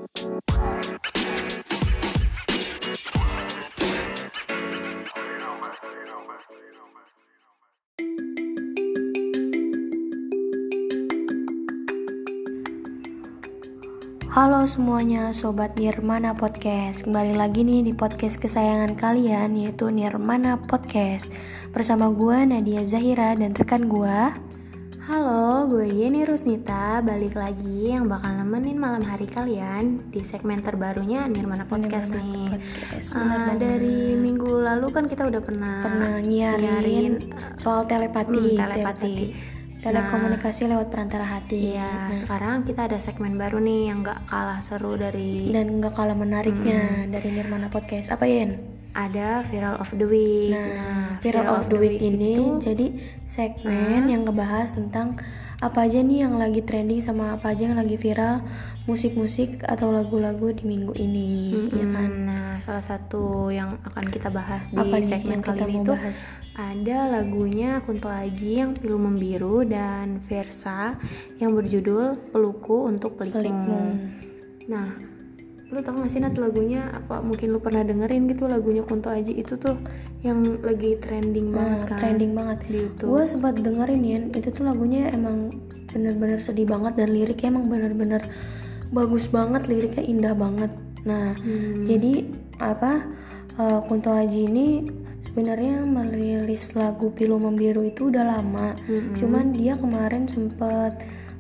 Halo semuanya, Sobat Nirmana Podcast. Kembali lagi nih di podcast kesayangan kalian, yaitu Nirmana Podcast. Bersama gue Nadia Zahira dan rekan gue. Halo, gue Yeni Rusnita, balik lagi yang bakal nemenin malam hari kalian di segmen terbarunya Nirmana Podcast nih. Dari minggu lalu kan kita udah pernah nyiarin soal telepati. Telekomunikasi lewat perantara hati. Iya, sekarang kita ada segmen baru nih yang gak kalah seru dan gak kalah menariknya dari Nirmana Podcast. Apa Yen? Ada Viral of the Week. Nah, Viral of the Week ini jadi segmen yang ngebahas tentang apa aja nih yang lagi trending sama apa aja yang lagi viral, musik-musik atau lagu-lagu di minggu ini, ya kan? Nah, salah satu yang akan kita bahas di segmen kali ini itu ada lagunya Kunto Aji yang Pilu Membiru dan Versa yang berjudul Pelukku Untuk Pelikmu. Nah, lu tau gak sih Nat lagunya? Apa mungkin lu pernah dengerin gitu lagunya Kunto Aji itu tuh yang lagi trending banget kan? Trending banget di YouTube. Gue sempat dengerin ya, itu tuh lagunya emang bener-bener sedih banget dan liriknya emang bener-bener bagus banget, liriknya indah banget. Nah, jadi Kunto Aji ini sebenarnya merilis lagu Pilu Membiru itu udah lama. Cuman dia kemarin sempet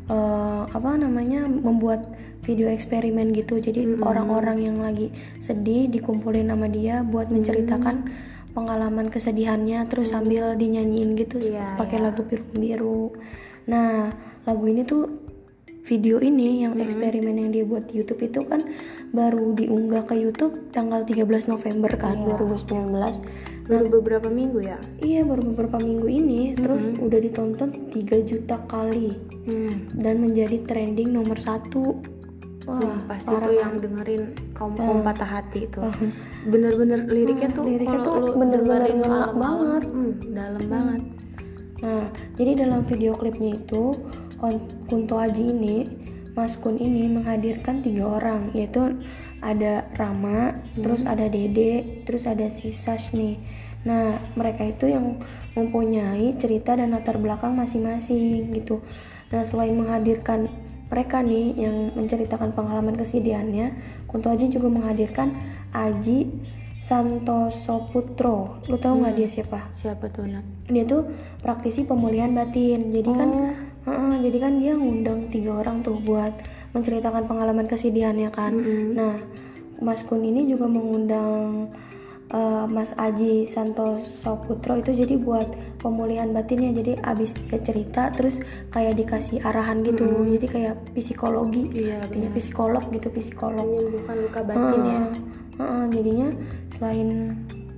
membuat video eksperimen gitu. Jadi orang-orang yang lagi sedih dikumpulin sama dia buat menceritakan pengalaman kesedihannya, terus sambil dinyanyiin gitu pakai lagu Pilu Membiru. Nah, lagu ini tuh video ini yang eksperimen yang dia buat di YouTube itu kan baru diunggah ke YouTube tanggal 13 November kan 2019. Baru beberapa minggu ya? Iya, baru beberapa minggu ini. Terus udah ditonton 3 juta kali dan menjadi trending nomor 1. Wah, pasti tuh yang dengerin kaum patah hati itu. Bener-bener liriknya tuh kalau lu bener-bener dengerin ngena banget, dalam banget. Nah, jadi dalam video klipnya itu Kunto Aji ini, Mas Kun ini menghadirkan 3 orang, yaitu ada Rama, terus ada Dede, terus ada si Sash nih. Nah, mereka itu yang mempunyai cerita dan latar belakang masing-masing gitu. Nah, selain menghadirkan mereka nih yang menceritakan pengalaman kesedihannya, Kunto Aji juga menghadirkan Aji Santoso Putro. Lu tahu nggak dia siapa? Siapa tuh Nat? Dia tuh praktisi pemulihan batin. Jadi kan dia ngundang 3 orang tuh buat menceritakan pengalaman kesedihannya kan. Nah, Mas Kun ini juga mengundang Mas Aji Santoso Putro itu jadi buat pemulihan batinnya. Jadi abis dia cerita terus kayak dikasih arahan gitu. Jadi kayak psikologi, artinya psikolog menyembuhkan luka batin ya. Jadinya selain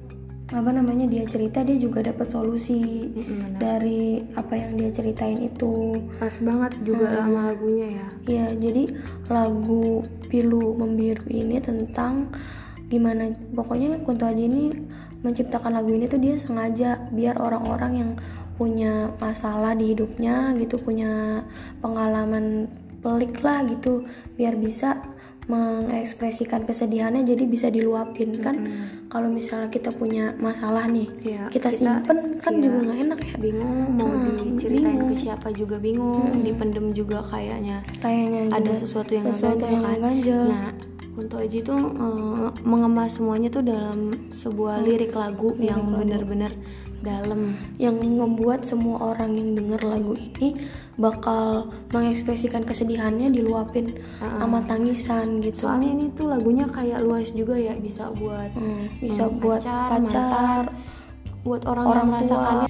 dia cerita, dia juga dapat solusi dari apa yang dia ceritain itu. Pas banget juga sama lagunya ya. Iya, jadi lagu Pilu Membiru ini tentang gimana, pokoknya Kunto Aji ini menciptakan lagu ini tuh dia sengaja biar orang-orang yang punya masalah di hidupnya gitu, punya pengalaman pelik lah gitu, biar bisa mengekspresikan kesedihannya, jadi bisa diluapin kan. Kalau misalnya kita punya masalah nih, kita simpen kan juga nggak enak ya, bingung mau diceritain ke siapa juga bingung, dipendem juga kayaknya ada sesuatu yang ganjel. Nah, Kunto Aji tuh mengemas semuanya tuh dalam sebuah lirik lagu yang benar-benar dalam, yang membuat semua orang yang denger lagu ini bakal mengekspresikan kesedihannya diluapin sama tangisan gitu. Soalnya ini tuh lagunya kayak luas juga ya, bisa buat buat pacar, buat orang yang merasakannya,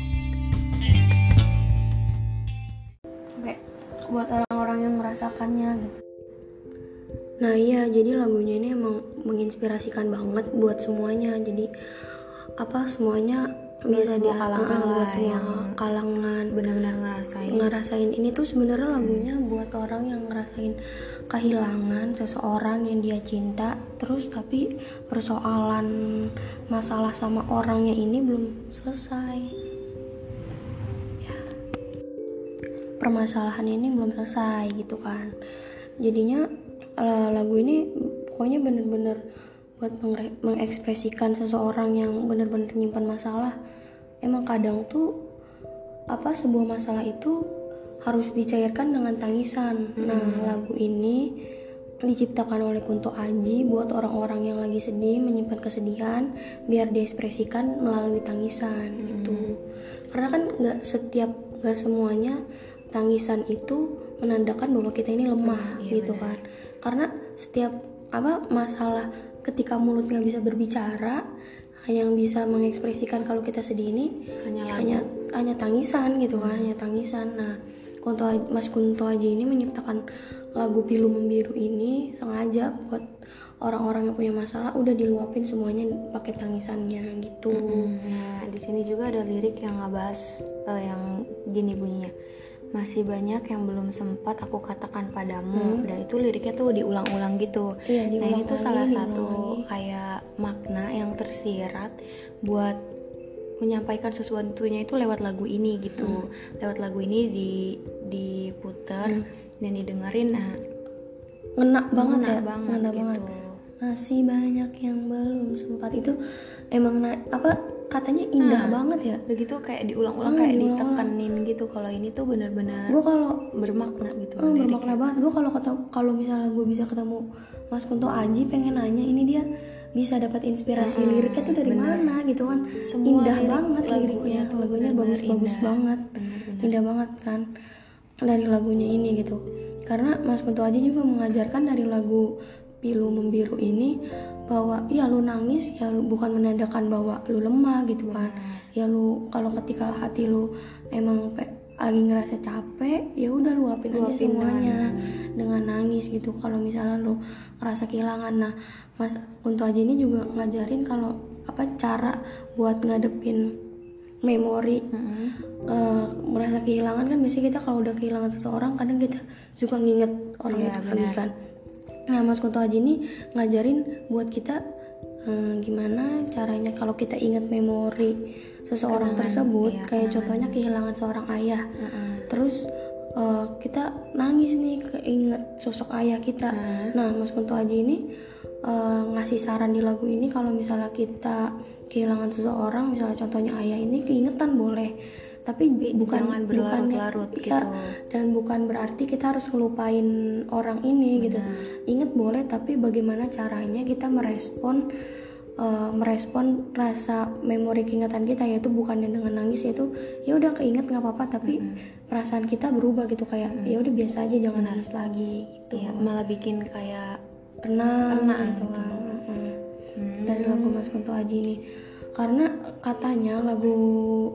buat orang-orang yang merasakannya gitu. Nah iya, jadi lagunya ini emang menginspirasikan banget buat semuanya. Jadi semuanya bisa semua kalangan lah, semua kalangan benar-benar ngerasain ini tuh sebenarnya lagunya buat orang yang ngerasain kehilangan seseorang yang dia cinta, terus tapi persoalan masalah sama orangnya ini belum selesai ya, permasalahan ini belum selesai gitu kan. Jadinya lagu ini pokoknya bener-bener buat mengekspresikan seseorang yang bener-bener nyimpan masalah. Emang kadang tuh sebuah masalah itu harus dicairkan dengan tangisan. Nah, lagu ini diciptakan oleh Kunto Aji buat orang-orang yang lagi sedih, menyimpan kesedihan, biar diekspresikan melalui tangisan gitu. Karena kan nggak semuanya tangisan itu menandakan bahwa kita ini lemah gitu bener. Kan. Karena setiap masalah ketika mulut nggak bisa berbicara, yang bisa mengekspresikan kalau kita sedih ini hanya tangisan gitu kan, hanya tangisan. Nah, Mas Kunto Aji ini menyiptakan lagu Pilu Membiru ini sengaja buat orang-orang yang punya masalah udah diluapin semuanya pakai tangisannya gitu. Nah, di sini juga ada lirik yang ngebahas yang gini bunyinya. Masih banyak yang belum sempat aku katakan padamu. Dan itu liriknya tuh diulang-ulang gitu. Iya, nah ini tuh salah satu kayak makna yang tersirat buat menyampaikan sesuatunya itu lewat lagu ini gitu. Lewat lagu ini diputer dan didengerin, nah ngena banget gitu. Masih banyak yang belum sempat, itu emang katanya indah banget ya. Begitu kayak diulang-ulang, kayak ditekenin gitu. Kalau ini tuh benar-benar gue kalau bermakna gitu. Bermakna banget. Gue kalau misalnya gue bisa ketemu Mas Kunto Aji, pengen nanya ini dia bisa dapat inspirasi liriknya tuh dari mana gitu kan. Semua indah banget liriknya, lagunya bagus-bagus banget, indah banget kan dari lagunya ini gitu. Karena Mas Kunto Aji juga mengajarkan dari lagu Pilu Membiru ini bahwa ya lu nangis ya lu bukan menandakan bahwa lu lemah gitu kan. Ya lu kalau ketika hati lu emang lagi ngerasa capek, ya udah luapin aja semuanya dengan nangis gitu. Kalau misalnya lu ngerasa kehilangan, nah Mas Kunto Aji ini juga ngajarin kalau cara buat ngadepin memori merasa kehilangan kan. Biasanya kita kalau udah kehilangan seseorang kadang kita suka nginget orang itu lagi kan. Nah, Mas Kunto Aji ini ngajarin buat kita gimana caranya kalau kita ingat memori seseorang tersebut, kayak contohnya kehilangan seorang ayah. Terus kita nangis nih keinget sosok ayah kita. Nah, Mas Kunto Aji ini ngasih saran di lagu ini kalau misalnya kita kehilangan seseorang, misalnya contohnya ayah ini, keingetan boleh, tapi bukan berlarut-larut kita gitu. Dan bukan berarti kita harus ngelupain orang ini gitu. Ingat boleh, tapi bagaimana caranya kita merespon rasa memori keingatan kita, yaitu bukan dengan nangis, yaitu ya udah keinget nggak apa-apa, tapi perasaan kita berubah gitu, kayak ya udah biasa aja, jangan nangis lagi gitu. Ya, malah bikin kayak tenang gitu kan. Dari lagu Mas Kunto Aji ini, karena katanya lagu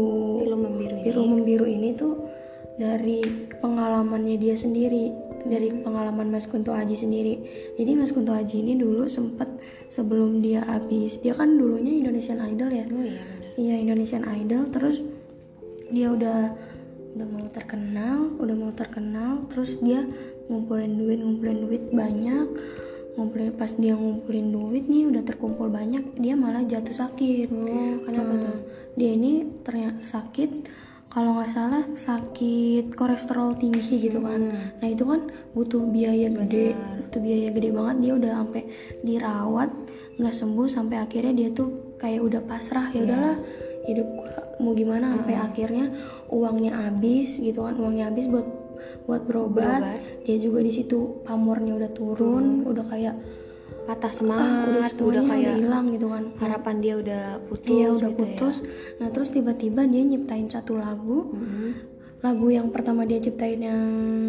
Pilu Membiru ini tuh dari pengalamannya dia sendiri, dari pengalaman Mas Kunto Aji sendiri. Jadi Mas Kunto Aji ini dulu sempet sebelum dia dia kan dulunya Indonesian Idol ya. Iya, Indonesian Idol. Terus dia udah mau terkenal, terus dia ngumpulin duit banyak. Pas dia ngumpulin duit nih, udah terkumpul banyak, dia malah jatuh sakit. Kenapa tuh? Dia ini ternyata sakit, kalau nggak salah sakit kolesterol tinggi gitu kan. Nah itu kan butuh biaya gede banget. Dia udah sampai dirawat nggak sembuh, sampai akhirnya dia tuh kayak udah pasrah, ya udahlah hidup gua mau gimana, sampai akhirnya uangnya habis gitu kan, buat berobat. Dia juga di situ pamornya udah turun, udah kayak patah semangat, udah kayak hilang gitu kan, harapan dia udah putus. Iya, udah putus. Nah terus tiba-tiba dia nyiptain satu lagu. Lagu yang pertama dia ciptain yang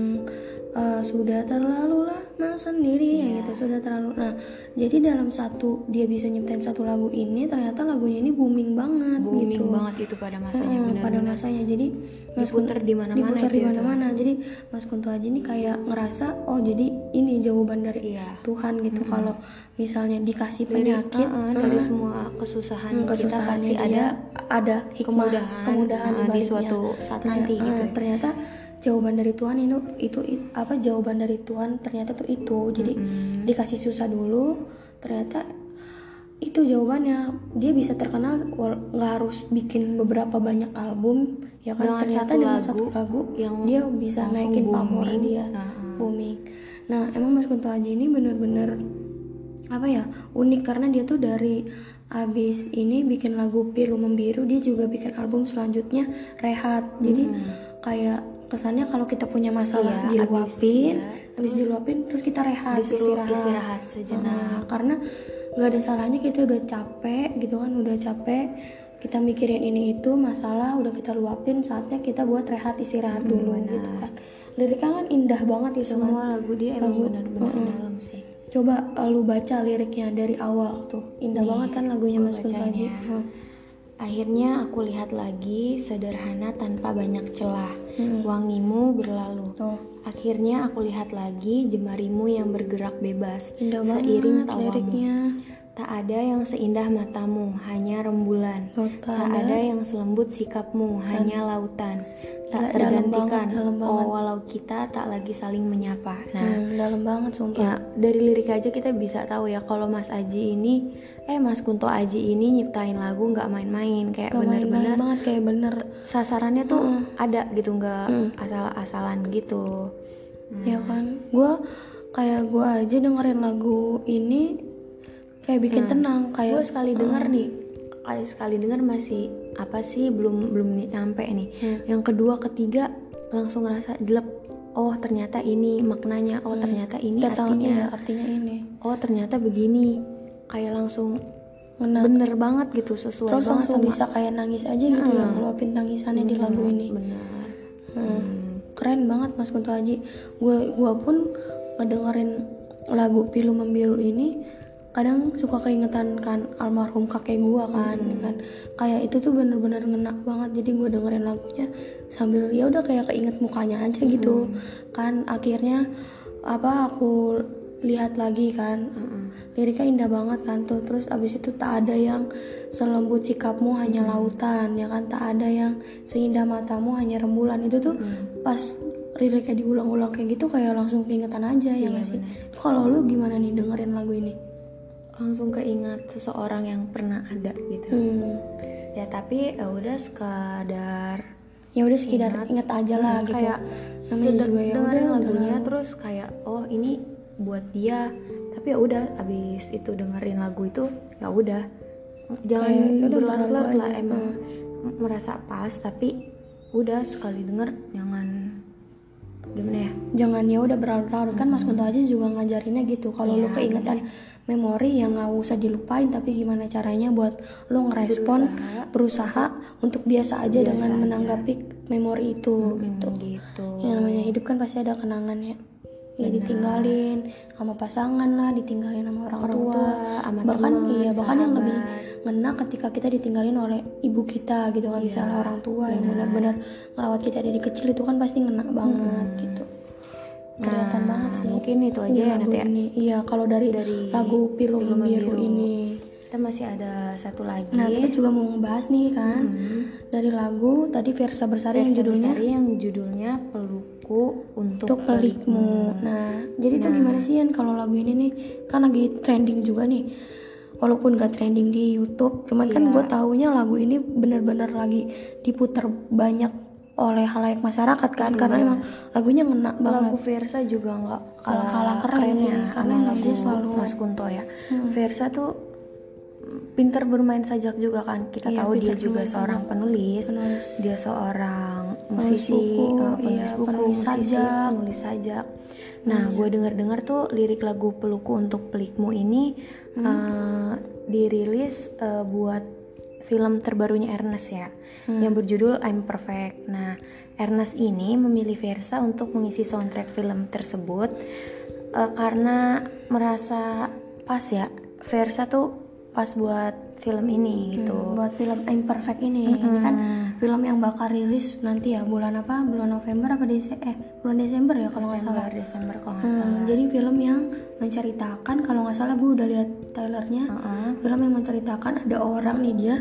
sudah terlalu lama sendiri, yang itu sudah terlalu. Nah jadi dalam dia bisa nyiptain satu lagu ini, ternyata lagunya ini booming banget itu pada masanya. Pada masanya, jadi diputer di mana-mana. Jadi Mas Kunto Aji ini kayak ngerasa, oh jadi ini jawaban dari Tuhan gitu. Kalau misalnya dikasih penyakit, dari semua kesusahan kita pasti ada hikmah, kemudahan di suatu saat nanti gitu. Ternyata jawaban dari Tuhan itu jawaban dari Tuhan ternyata tuh itu. Jadi dikasih susah dulu, ternyata itu jawabannya. Dia bisa terkenal nggak harus bikin beberapa banyak album ya kan, ternyata dengan satu lagu yang dia bisa naikin pamor dia booming. Nah emang Mas Kunto Aji ini bener-bener apa ya, unik karena dia tuh dari abis ini bikin lagu Pilu Membiru, dia juga bikin album selanjutnya Rehat. Jadi kayak kesannya kalau kita punya masalah diluapin, habis diluapin terus kita rehat, istirahat sejenak. Karena nggak ada salahnya kita udah capek gitu kan, udah capek kita mikirin ini itu masalah, udah kita luapin, saatnya kita buat rehat, istirahat dulu gitu kan. Liriknya kan indah banget itu semua kan. lagu dia emang benar-benar dalam sih. Coba lu baca liriknya dari awal tuh, indah banget kan lagunya Mas Kunto Aji. Akhirnya aku lihat lagi, sederhana tanpa banyak celah. Wangimu berlalu. Akhirnya aku lihat lagi, jemarimu yang bergerak bebas. Indah seiring banget tawamu. liriknya. Tak ada yang seindah matamu, hanya rembulan. Tak ada yang selembut sikapmu, hanya lautan. Tak tergantikan, dalam banget. walau kita tak lagi saling menyapa. Nah, Dalam banget sumpah. ya dari lirik aja kita bisa tahu ya kalau Mas Kunto Aji ini nyiptain lagu nggak main-main, kayak bener-bener banget, kayak bener sasarannya tuh ada gitu, nggak asal-asalan gitu. Ya kan, gue aja dengerin lagu ini kayak bikin tenang, kayak gue sekali denger masih apa sih, belum nyampe nih. Yang kedua ketiga langsung ngerasa jelek, oh ternyata ini maknanya, oh ternyata ini artinya ini, oh ternyata begini, kayak langsung bener banget gitu, sesuai terus banget langsung sama bisa kayak nangis aja gitu ya, ngeluapin tangisannya di lagu ini. bener. Keren banget Mas Kunto Aji. Gue pun ngedengerin lagu Pilu Membiru ini kadang suka keingetan kan almarhum kakek gue kan, kayak itu tuh bener-bener ngena banget. Jadi gue dengerin lagunya sambil ya udah kayak keinget mukanya aja gitu kan. Akhirnya aku lihat lagi kan, liriknya indah banget kan tuh. Terus abis itu tak ada yang selembut sikapmu, hanya lautan, ya kan. Tak ada yang seindah matamu, hanya rembulan. Itu tuh pas liriknya diulang-ulang kayak gitu kayak langsung keingetan aja, ya nggak sih? Kalau lu gimana nih dengerin lagu ini? Langsung keingat seseorang yang pernah ada gitu. Ya tapi udah sekedar ingat aja lah gitu. Kayak juga ya dengerin udah lagunya terus kayak oh ini buat dia, tapi ya udah abis itu dengerin lagu itu ya udah jangan berlarut-larut lah. Emang merasa pas, tapi udah sekali denger jangan gimana ya, jangan ya udah berlarut-larut kan. Mas Kunto Aji juga ngajarinnya gitu, kalau lu keingetan memori yang nggak usah dilupain, tapi gimana caranya buat lu ngerespon, berusaha untuk biasa aja dengan menanggapi memori itu gitu. Yang namanya hidup kan pasti ada kenangannya ya, ditinggalin sama pasangan lah, ditinggalin sama orang tua, bahkan yang lebih ngena ketika kita ditinggalin oleh ibu kita gitu kan, misalnya orang tua yang benar-benar ngerawat kita dari kecil, itu kan pasti ngena banget gitu. Kelihatan banget sih. Mungkin itu aja ya nanti ya. Iya, kalau dari lagu Pilu Membiru ini kita masih ada satu lagi. Nah, kita juga mau ngebahas nih kan dari lagu tadi Versa Bersari yang judulnya Pelukku untuk Pelikmu. Nah, jadi itu gimana sih Yan kalau lagu ini nih? Kan lagi trending juga nih. Walaupun gak trending di YouTube, cuman kan gue taunya lagu ini benar-benar lagi diputar banyak oleh halayak masyarakat kan, karena emang lagunya ngena banget. Lagu Versa juga nggak kalah keren sih, karena lagu selalu Mas Kunto ya. Versa tuh pinter bermain sajak juga kan, kita tahu dia juga seorang penulis, dia seorang musisi, penulis sajak. Nah, gue dengar tuh lirik lagu Pelukku untuk Pelikmu ini dirilis buat film terbarunya Ernest ya, yang berjudul I'm Perfect. Nah, Ernest ini memilih Versa untuk mengisi soundtrack film tersebut karena merasa pas ya, Versa tuh pas buat film ini gitu. Buat film I'm Perfect ini. Ini kan film yang bakal rilis nanti ya, bulan November apa bulan Desember ya kalau nggak salah. Desember kalau nggak salah. Jadi film yang menceritakan, kalau nggak salah gue udah lihat trailernya, film yang menceritakan ada orang nih, dia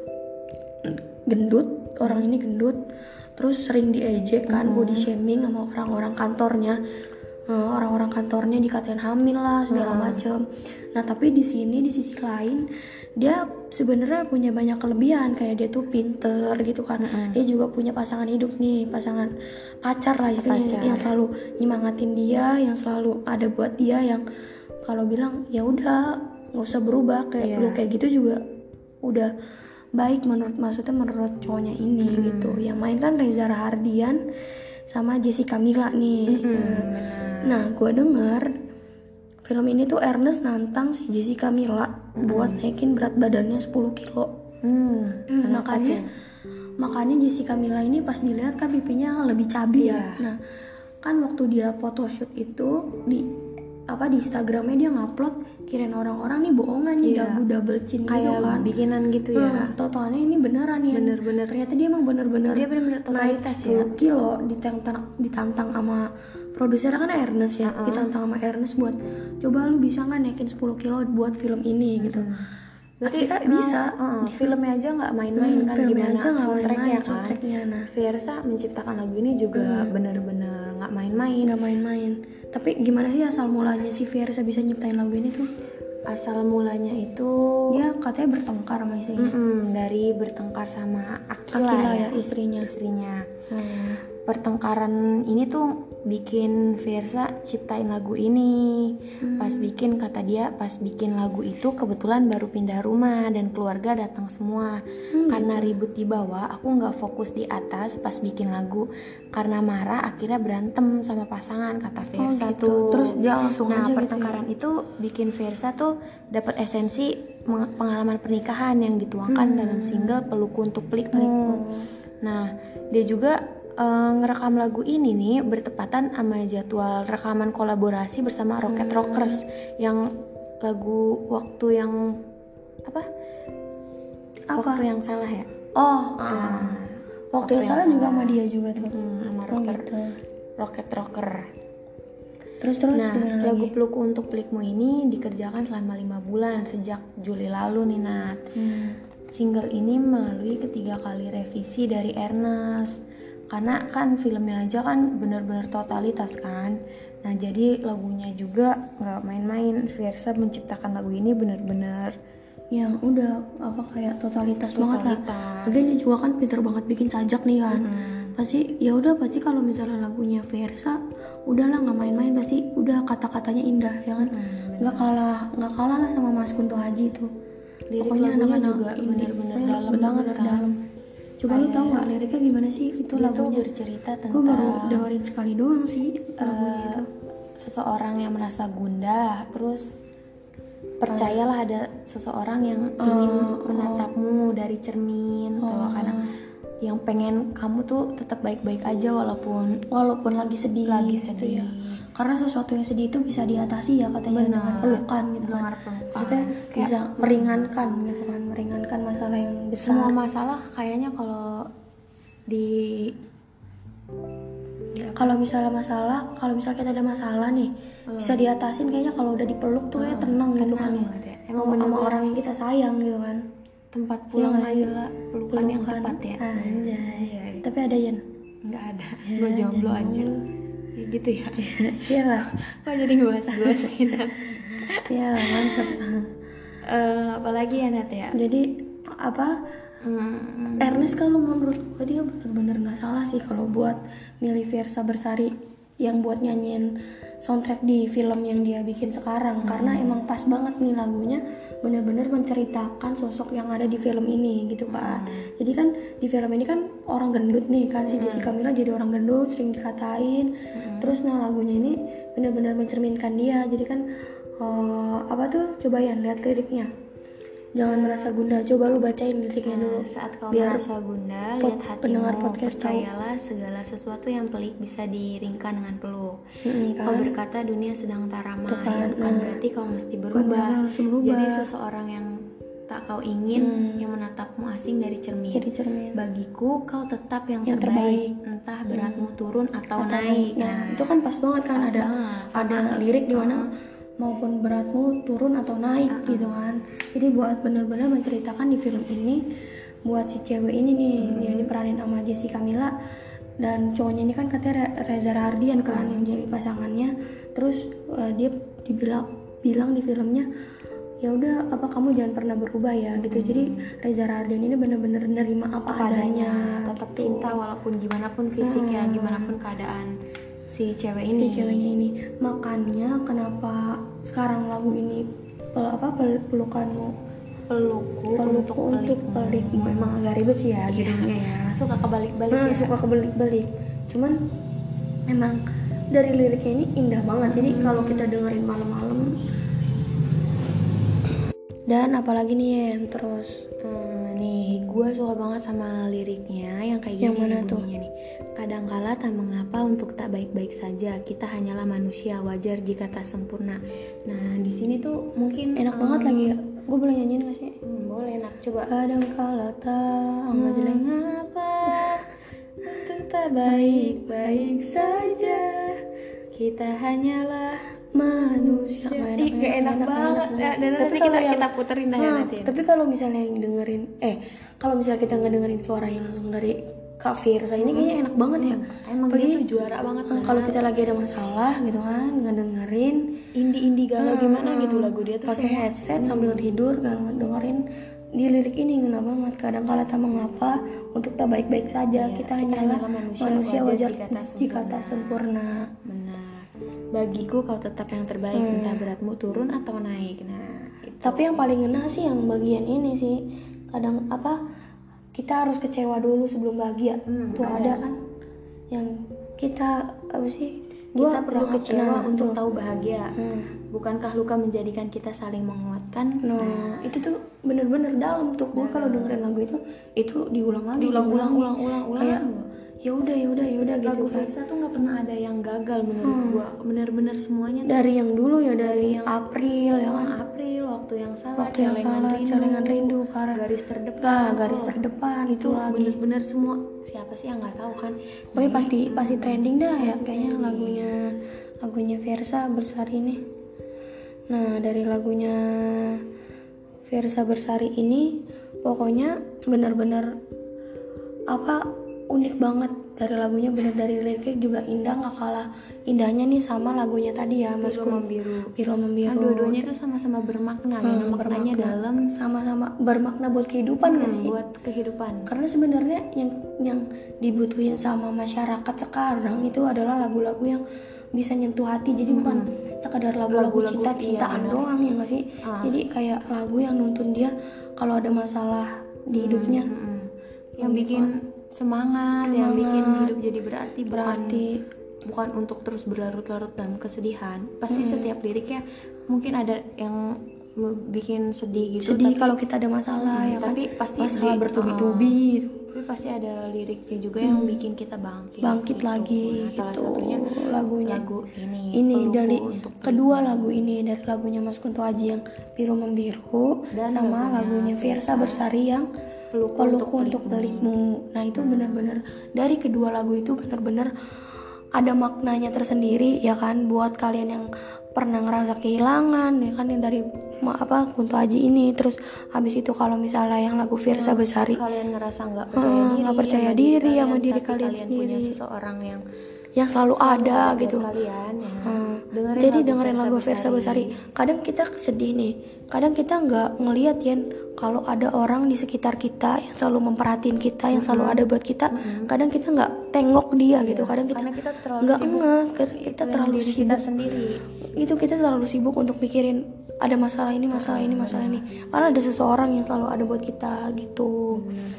gendut, orang ini gendut, terus sering diejek kan, body shaming sama orang-orang kantornya. orang-orang kantornya dikatain hamil lah segala macem. Nah tapi di sini di sisi lain dia sebenarnya punya banyak kelebihan, kayak dia tuh pinter gitu kan. Dia juga punya pasangan hidup nih, pasangan pacar lah istilahnya, yang selalu nyemangatin dia, yang selalu ada buat dia, yang kalau bilang ya udah nggak usah berubah kayak lu kayak gitu juga udah baik menurut cowoknya ini gitu. Yang main kan Reza Rahardian sama Jessica Mila nih. Nah gue denger film ini tuh Ernest nantang si Jessica Mila buat naikin berat badannya 10 kilo. Makanya Jessica Mila ini pas dilihat kan pipinya lebih cabi ya. Nah kan waktu dia photoshoot itu di Instagramnya dia ngupload, kirain orang-orang nih bohongan nih, double chin kayak gitu kan, bikinan gitu ya. Totalnya ini beneran ya. Bener-bener. Ternyata dia emang bener-bener totalitas naik 10 kilo ditantang sama produsernya kan Ernest ya. Ditantang sama Ernest buat coba lu bisa nggak naikin 10 kilo buat film ini gitu. Berarti bisa. Filmnya aja nggak main-main kan, gimana soundtracknya kan. Nah, Fiersa menciptakan lagu ini juga bener-bener nggak main-main. Tapi gimana sih asal mulanya si Fiersa bisa nyiptain lagu ini tuh? Asal mulanya itu dia katanya bertengkar sama istrinya. Dari bertengkar sama Akila ya istrinya. Pertengkaran ini tuh bikin Fiersa ciptain lagu ini. Pas bikin lagu itu kebetulan baru pindah rumah dan keluarga datang semua. Karena ribut di bawah, aku nggak fokus di atas pas bikin lagu. Karena marah akhirnya berantem sama pasangan, kata Fiersa tuh. Terus dia langsung aja pertengkaran itu bikin Fiersa tuh dapat esensi pengalaman pernikahan yang dituangkan dalam single Pelukku Untuk Pelikmu. Nah, dia juga ngerekam lagu ini nih bertepatan sama jadwal rekaman kolaborasi bersama Rocket Rockers yang lagu waktu yang waktu yang salah ya. Waktu yang salah juga sama dia juga tuh. Sama Rocket Rocker. Terus nah lagu Pelukku Untuk Pelikmu ini dikerjakan selama 5 bulan sejak Juli lalu nih Nat. Single ini melalui ketiga kali revisi dari Ernest. Karena kan filmnya aja kan benar-benar totalitas kan. Nah jadi lagunya juga nggak main-main. Fiersa menciptakan lagu ini benar-benar yang udah kayak totalitas banget lah. Lagian dia juga kan pinter banget bikin sajak nih kan. Pasti kalau misalnya lagunya Fiersa udahlah nggak main-main, pasti udah kata-katanya indah ya kan. Nggak kalah lah sama Mas Kunto Aji tuh. Pokoknya anak-anak juga benar-benar dalam banget kan. Coba lu tahu nggak liriknya gimana sih itu lagunya? Bercerita tentang, gue baru dengerin sekali doang sih lagunya itu. Seseorang yang merasa gundah, terus percayalah ada seseorang yang ingin menatapmu dari cermin tuh, karena yang pengen kamu tuh tetap baik-baik aja walaupun lagi sedih. Gitu ya. Karena sesuatu yang sedih itu bisa diatasi ya katanya dengan pelukan gitu kan. Maksudnya bisa meringankan gitu kan, meringankan masalah yang besar. Semua masalah kayaknya kalau kalau misalnya kita ada masalah nih bisa diatasin kayaknya kalau udah dipeluk tuh kayak tenang gitu kan ya. Emang sama orang yang kita sayang gitu kan. Tempat pulang adalah pelukan yang tepat ya. Anjay. Tapi ada Yan? Nggak ada. Gue jomblo aja. Gitu ya. Iyalah. Kok jadi ngebahas gue sih Nat? Iyalah mantep. Apalagi ya Nat ya. Jadi Ernest kalau menurut gue dia benar-benar nggak salah sih kalau buat milih Fiersa Bersari yang buat nyanyiin soundtrack di film yang dia bikin sekarang. Karena emang pas banget nih lagunya, benar-benar menceritakan sosok yang ada di film ini gitu kan. Jadi kan di film ini kan orang gendut nih kan, si Jessica Mila jadi orang gendut, sering dikatain. Terus lagunya ini benar-benar mencerminkan dia. Jadi kan coba ya lihat liriknya. Jangan merasa gundah, coba lu bacain liriknya dulu. Saat kau merasa gundah, lihat hatimu, percayalah segala sesuatu yang pelik bisa diringkan dengan peluk. Kau berkata dunia sedang tak ramah, bukan berarti kau mesti berubah. Jadi seseorang yang tak kau ingin, yang menatapmu asing dari cermin. Bagiku kau tetap yang terbaik, entah beratmu turun atau naik. Nah itu kan pas banget kan, ada lirik di mana maupun beratmu turun atau naik gitu kan. Jadi buat benar-benar menceritakan di film ini buat si cewek ini nih yang diperanin sama Jessica Mila dan cowoknya ini kan katanya Reza Rahardian kan yang jadi pasangannya. Terus dia bilang di filmnya, ya udah apa kamu jangan pernah berubah ya gitu. Jadi Reza Rahardian ini benar-benar nerima apa adanya, tetap gitu. cinta walaupun gimana pun fisiknya, gimana pun keadaan si ceweknya ini. Makanya kenapa sekarang lagu ini pelukanmu pelukku untuk pelikmu, emang agak ribet sih ya judulnya ya. Suka kebalik-balik ya. Suka kebalik-balik. Cuman emang dari liriknya ini indah banget. Jadi kalau kita dengerin malam-malam. Dan apalagi nih Yen, terus nih gue suka banget sama liriknya yang kayak gini. Yang mana tuh? Nih. Kadangkala tak mengapa untuk tak baik-baik saja. Kita hanyalah manusia, wajar jika tak sempurna. Nah di sini tuh mungkin enak banget lagi ya. Gue boleh nyanyiin gak sih? Boleh, enak. Coba. Kadangkala tak mengapa untuk tak baik-baik saja. Kita hanyalah manusia. Enak banget. Dan nanti kita puterin dah nanti. Tapi kalau misalnya yang dengerin, kalau misalnya kita ngedengerin suaranya langsung dari Kak Firsa ini kayaknya enak banget ya. Emang dia tuh juara banget. Kalau kita lagi ada masalah gitu kan, ngedengerin indie galau gimana gitu lagu dia tuh pakai headset sambil tidur dan dengerin di lirik ini ngena banget. Kadangkala tak mengapa untuk tak baik-baik saja. Kita hanyalah manusia wajar jika tak sempurna. Benar. Bagiku kau tetap yang terbaik, entah beratmu turun atau naik. Nah, itu. Tapi yang paling ngena sih yang bagian ini sih. Kadang kita harus kecewa dulu sebelum bahagia. Tuh ada kan yang kita kita perlu kecewa untuk tahu bahagia. Bukankah luka menjadikan kita saling menguatkan? Nah, itu tuh bener-bener dalam tuh. Gue kalau dengerin lagu itu diulang lagi, diulang. Kayak ya udah gitu lagu kan. Firsa tuh nggak pernah ada yang gagal menurut gue. Bener-bener semuanya dari yang dulu ya, dari yang April ya kan. April, waktu yang salah, celengan rindu, parah. Garis terdepan. Garis terdepan itu lagi. Bener-bener semua. Siapa sih yang nggak tahu kan? Pokoknya pasti trending dah ya kayaknya lagunya Firsa Bersari ini. Nah, dari lagunya Firsa Bersari ini pokoknya benar-benar unik banget dari lagunya, bener dari liriknya juga indah, nggak kalah indahnya nih sama lagunya tadi ya Mas Pilu Membiru. Dua-duanya itu sama-sama bermakna ya, maknanya dalam, sama-sama bermakna buat kehidupan nggak sih? Buat kehidupan. Karena sebenarnya yang dibutuhin sama masyarakat sekarang itu adalah lagu-lagu yang bisa nyentuh hati. Jadi bukan sekadar lagu-lagu cinta-cintaan doang ya nggak sih? Jadi kayak lagu yang nuntun dia kalau ada masalah di hidupnya, yang bikin semangat, yang bikin hidup jadi berarti bukan untuk terus berlarut-larut dalam kesedihan. Pasti setiap liriknya mungkin ada yang bikin sedih gitu, sedih kalau kita ada masalah ya kan, tapi pasti masalah bertubi-tubi gitu. Tapi pasti ada liriknya juga yang bikin kita bangkit lagi gitu. Salah satunya lagu ini dari kedua lagu ini, dari lagunya Mas Kunto Aji yang Pilu Membiru dan sama lagunya Firsa Bersari yang Pelukku untuk Pelikmu. Nah itu benar-benar dari kedua lagu itu benar-benar ada maknanya tersendiri ya kan, buat kalian yang pernah ngerasa kehilangan ya kan, yang dari Kunto Aji ini. Terus habis itu kalau misalnya yang lagu Firsa Bersari kalian ngerasa nggak percaya diri sama diri kalian sendiri, punya seseorang yang selalu ada gitu kalian ya. Jadi dengerin lagu Firsa Bersari. Kadang kita sedih nih, kadang kita nggak ngelihat ya kalau ada orang di sekitar kita yang selalu memperhatiin kita, yang selalu ada buat kita. Kadang kita nggak tengok dia gitu, kadang kita nggak kita terlalu sibuk sendiri. Itu kita terlalu sibuk untuk mikirin ada masalah ini. Malah ada seseorang yang selalu ada buat kita gitu.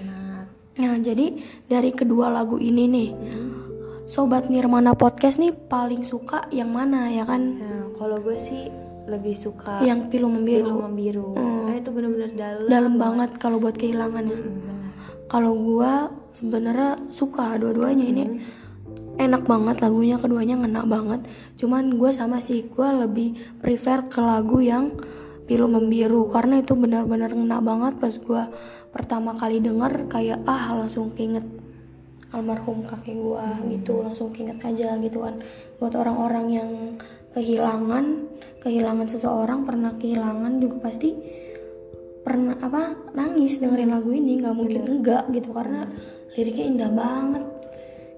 Nah jadi dari kedua lagu ini nih, Sobat Nirmana Podcast nih paling suka yang mana ya kan? Nah, kalau gue sih lebih suka yang Pilu Membiru. Itu benar-benar dalam banget kalau buat kehilangan ya. Kalau gue sebenarnya suka dua-duanya. Ini enak banget lagunya, keduanya ngena banget. Cuman gue sama sih, gue lebih prefer ke lagu yang Pilu Membiru karena itu benar-benar ngena banget. Pas gue pertama kali denger kayak langsung keinget almarhum kakek gue gitu, langsung keinget aja gitu kan. Buat orang-orang yang kehilangan seseorang, pernah kehilangan juga pasti pernah nangis dengerin lagu ini, nggak mungkin enggak gitu, karena liriknya indah banget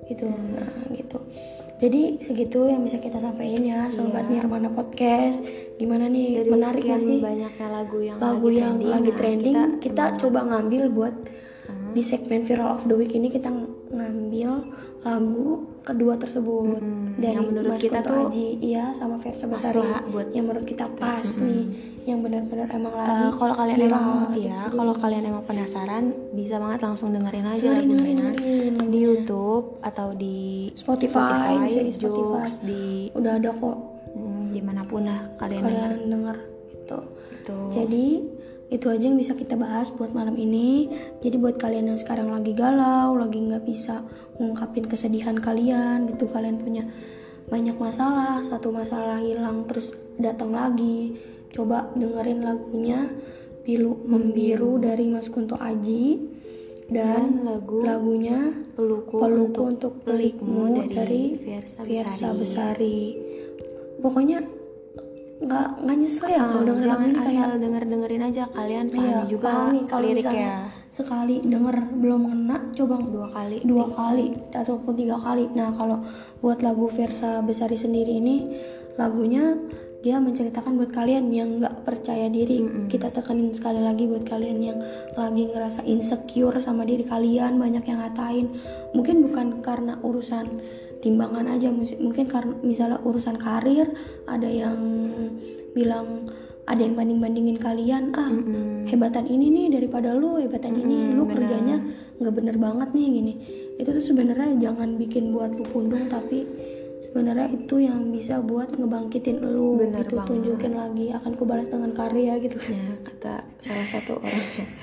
gitu. Nah gitu, jadi segitu yang bisa kita sampaikan ya sobat Nirmana Podcast. Gimana nih, dari menarik gak sih banyaknya lagu yang lagi trending, kita coba ngambil buat di segmen Viral of the Week ini, kita ngambil lagu kedua tersebut dari yang menurut Mas kita Kunto tuh Aji, iya, sama Versa Besari, buat yang menurut kita pas nih, yang benar-benar emang lagi kalau kalian viral. kalau kalian emang penasaran, bisa banget langsung dengerin aja dengerin di YouTube atau di Spotify, bisa di Spotify, Joox, di udah ada kok dimanapun lah kalian denger gitu. Itu. Jadi itu aja yang bisa kita bahas buat malam ini. Jadi buat kalian yang sekarang lagi galau, lagi nggak bisa ngungkapin kesedihan kalian gitu, kalian punya banyak masalah, satu masalah hilang terus datang lagi, coba dengerin lagunya Pilu Membiru dari Mas Kunto Aji, dan lagunya Peluku untuk Pelikmu dari Versa Besari. Pokoknya nggak nyesel ya kalau dengerin lagu ini, kayak dengerin aja, kalian pahami juga kalau liriknya. Sekali denger belum ngena, coba dua kali ataupun 3 kali. Nah kalau buat lagu Versa Besari sendiri ini, lagunya dia menceritakan buat kalian yang nggak percaya diri. Kita tekanin sekali lagi buat kalian yang lagi ngerasa insecure sama diri kalian, banyak yang ngatain, mungkin bukan karena urusan timbangan aja, mungkin karena misalnya urusan karir, ada yang bilang, ada yang bandingin kalian, hebatan ini nih daripada lu, hebatan ini lu kerjanya nggak bener banget nih gini. Itu tuh sebenarnya jangan bikin buat lu pundung, tapi sebenarnya itu yang bisa buat ngebangkitin lu. Bener gitu banget. Tunjukin lagi, akan kubalas dengan karya gitu kan ya, kata salah satu orang.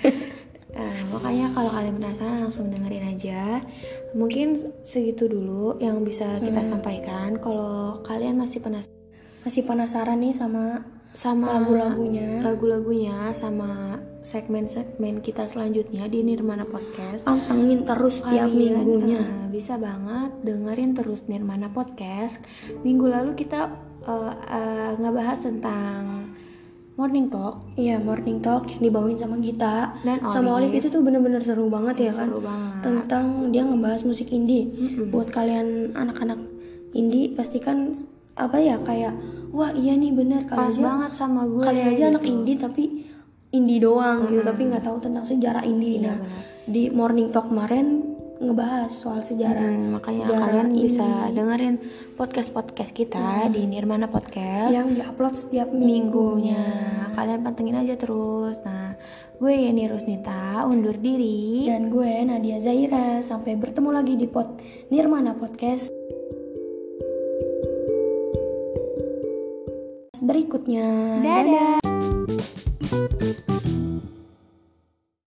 Makanya kalau kalian penasaran langsung dengerin aja. Mungkin segitu dulu yang bisa kita sampaikan. Kalau kalian masih penasaran nih sama lagu-lagunya sama segmen-segmen kita selanjutnya di Nirmana Podcast, pantengin terus tiap minggunya. Bisa banget dengerin terus Nirmana Podcast. Minggu lalu kita ngebahas tentang Morning Talk. Iya, Morning Talk yang dibawain sama Gita dan sama Olive. Itu tuh bener-bener seru banget ya kan. Seru banget. Tentang dia ngebahas musik indie. Buat kalian anak-anak indie pastikan kayak wah iya nih bener, pas banget sama gue. Kalian aja anak indie tapi indie doang gitu, tapi nggak tahu tentang sejarah indie. Nah, di Morning Talk kemarin ngebahas soal sejarah. Makanya kalian bisa dengerin podcast kita di Nirmana Podcast yang diupload setiap minggunya. Kalian pantengin aja terus. Nah, gue Yeni Rusnita undur diri, dan gue Nadia Zaira. Sampai bertemu lagi di Nirmana Podcast berikutnya. Dadah.